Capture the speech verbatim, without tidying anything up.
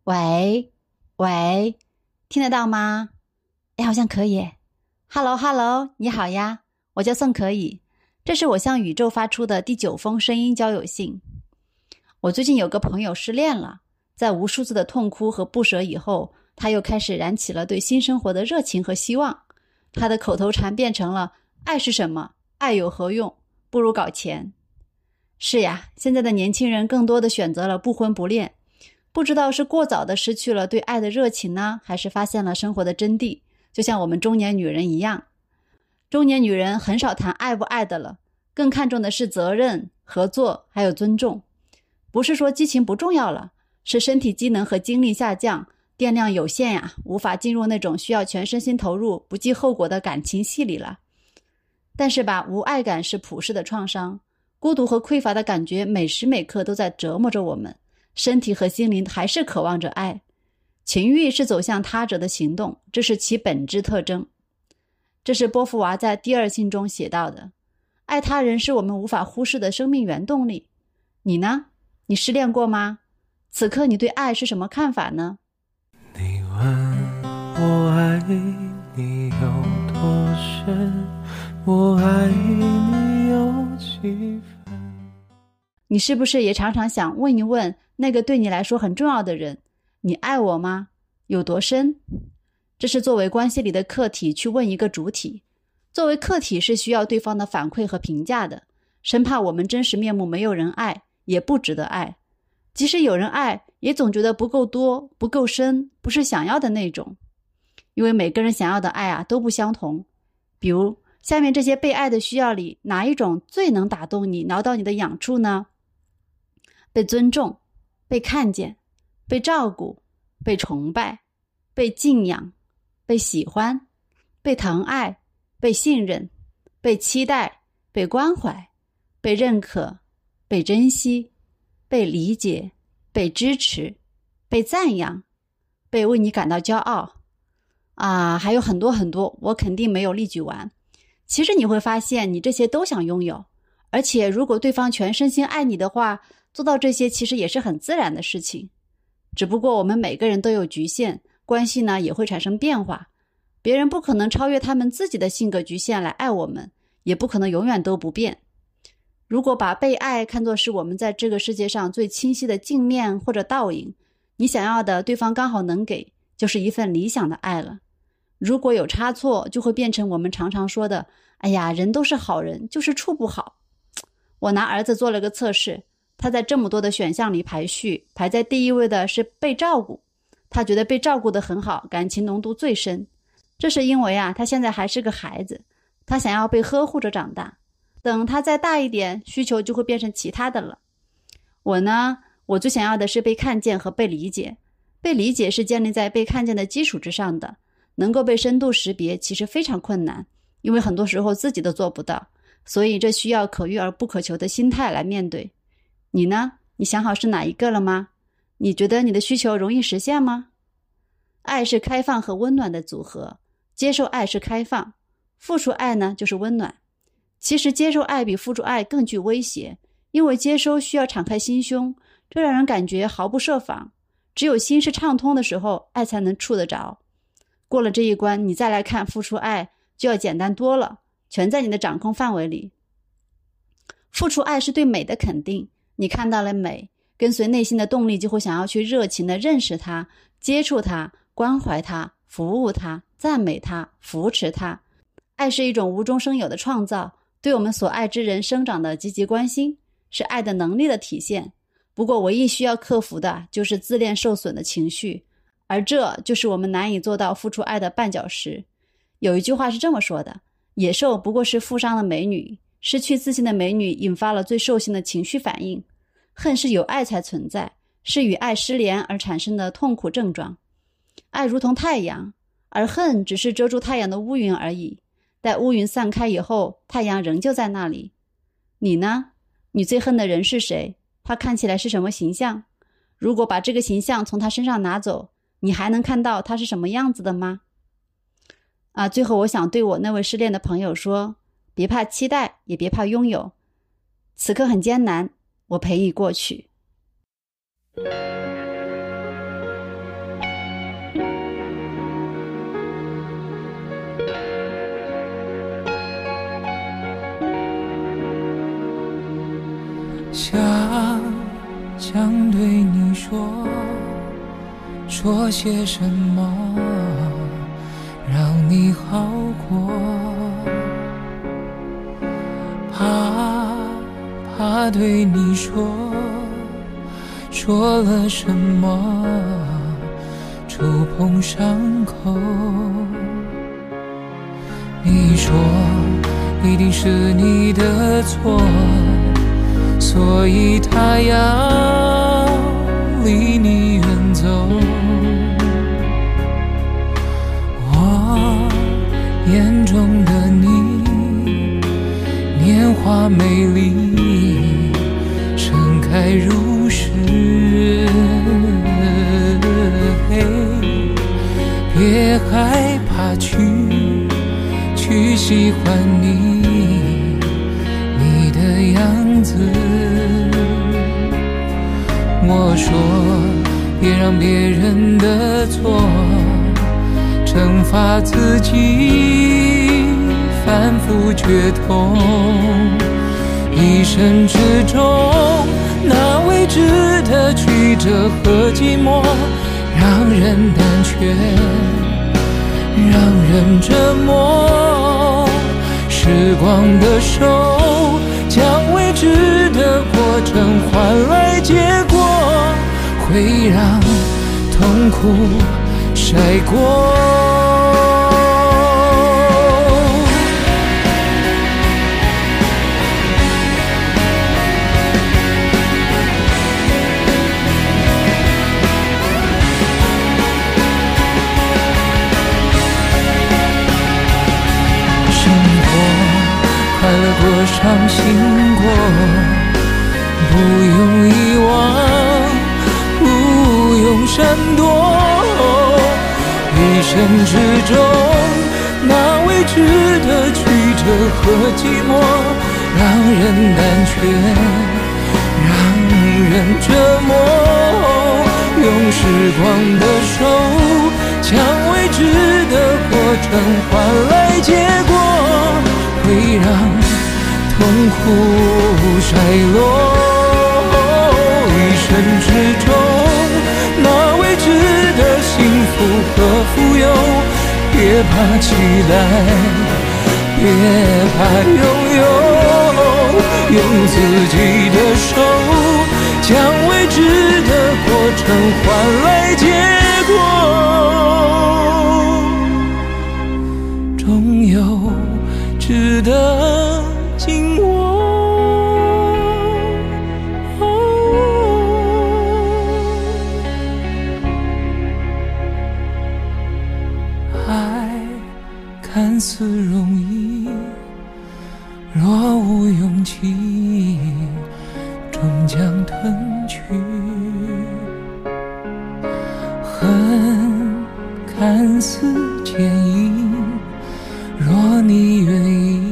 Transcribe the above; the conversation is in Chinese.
喂喂，听得到吗？哎，好像可以。Hello Hello， 你好呀，我叫宋可以，这是我向宇宙发出的第九封声音交友信。我最近有个朋友失恋了，在无数次的痛哭和不舍以后，他又开始燃起了对新生活的热情和希望。他的口头禅变成了爱是什么？爱有何用？不如搞钱。是呀，现在的年轻人更多的选择了不婚不恋，不知道是过早的失去了对爱的热情呢，还是发现了生活的真谛，就像我们中年女人一样。中年女人很少谈爱不爱的了，更看重的是责任、合作还有尊重。不是说激情不重要了，是身体机能和精力下降，电量有限呀，无法进入那种需要全身心投入、不计后果的感情戏里了。但是吧，无爱感是普世的创伤，孤独和匮乏的感觉每时每刻都在折磨着我们，身体和心灵还是渴望着爱。情欲是走向他者的行动，这是其本质特征。这是波伏娃在第二信中写到的，爱他人是我们无法忽视的生命原动力。你呢？你失恋过吗？此刻你对爱是什么看法呢？ 你问我爱你有多深，我爱你有几分。 你是不是也常常想问一问那个对你来说很重要的人，你爱我吗？有多深？这是作为关系里的客体去问一个主体，作为客体是需要对方的反馈和评价的，生怕我们真实面目没有人爱，也不值得爱。即使有人爱，也总觉得不够多，不够深，不是想要的那种。因为每个人想要的爱啊都不相同。比如下面这些被爱的需要里，哪一种最能打动你，挠到你的痒处呢？被尊重，被看见，被照顾，被崇拜，被敬仰，被喜欢，被疼爱，被信任，被期待，被关怀，被认可，被珍惜，被理解，被支持，被赞扬，被为你感到骄傲啊，还有很多很多，我肯定没有列举完。其实你会发现你这些都想拥有，而且如果对方全身心爱你的话，做到这些其实也是很自然的事情。只不过我们每个人都有局限，关系呢也会产生变化，别人不可能超越他们自己的性格局限来爱我们，也不可能永远都不变。如果把被爱看作是我们在这个世界上最清晰的镜面或者倒影，你想要的对方刚好能给，就是一份理想的爱了。如果有差错，就会变成我们常常说的，哎呀，人都是好人，就是处不好。我拿儿子做了个测试，他在这么多的选项里排序，排在第一位的是被照顾，他觉得被照顾得很好，感情浓度最深。这是因为啊，他现在还是个孩子，他想要被呵护着长大，等他再大一点，需求就会变成其他的了。我呢，我最想要的是被看见和被理解，被理解是建立在被看见的基础之上的，能够被深度识别其实非常困难，因为很多时候自己都做不到，所以这需要可遇而不可求的心态来面对。你呢？你想好是哪一个了吗？你觉得你的需求容易实现吗？爱是开放和温暖的组合，接受爱是开放，付出爱呢就是温暖。其实接受爱比付出爱更具威胁，因为接收需要敞开心胸，这让人感觉毫不设防。只有心是畅通的时候，爱才能触得着。过了这一关，你再来看付出爱就要简单多了，全在你的掌控范围里。付出爱是对美的肯定，你看到了美，跟随内心的动力就会想要去热情地认识它，接触它，关怀它，服务它，赞美它，扶持它。爱是一种无中生有的创造，对我们所爱之人生长的积极关心，是爱的能力的体现。不过唯一需要克服的就是自恋受损的情绪，而这就是我们难以做到付出爱的绊脚石。有一句话是这么说的，野兽不过是负伤的美女，失去自信的美女引发了最兽性的情绪反应。恨是有爱才存在，是与爱失联而产生的痛苦症状。爱如同太阳，而恨只是遮住太阳的乌云而已。待乌云散开以后，太阳仍旧在那里。你呢？你最恨的人是谁？他看起来是什么形象？如果把这个形象从他身上拿走，你还能看到他是什么样子的吗？啊，最后我想对我那位失恋的朋友说，别怕期待，也别怕拥有。此刻很艰难，我陪你过去。 想想对你说，说些什么让你好过，怕怕对你说，说了什么触碰伤口。你说一定是你的错，所以他要离你远走。我眼中的你年华美丽，盛开如诗。别害怕去去喜欢你你的样子。我说别让别人的错惩罚自己，反复觉痛。一生之中那未知的曲折和寂寞，让人胆怯，让人折磨。时光的手将未知的过程换来结果，会让痛苦晒过。快乐过，伤心过，不用遗忘，不用闪躲。一生之中那未知的曲折和寂寞，让人胆怯，让人折磨。用时光的手将未知的过程换来结果，会让痛苦衰落。一生之中那未知的幸福和富有，别怕期待，别怕拥有，用自己的手将未知的过程换来结果，终有值得紧握。爱看似容易，若无勇气，终将吞去。恨看似坚硬，若你愿意，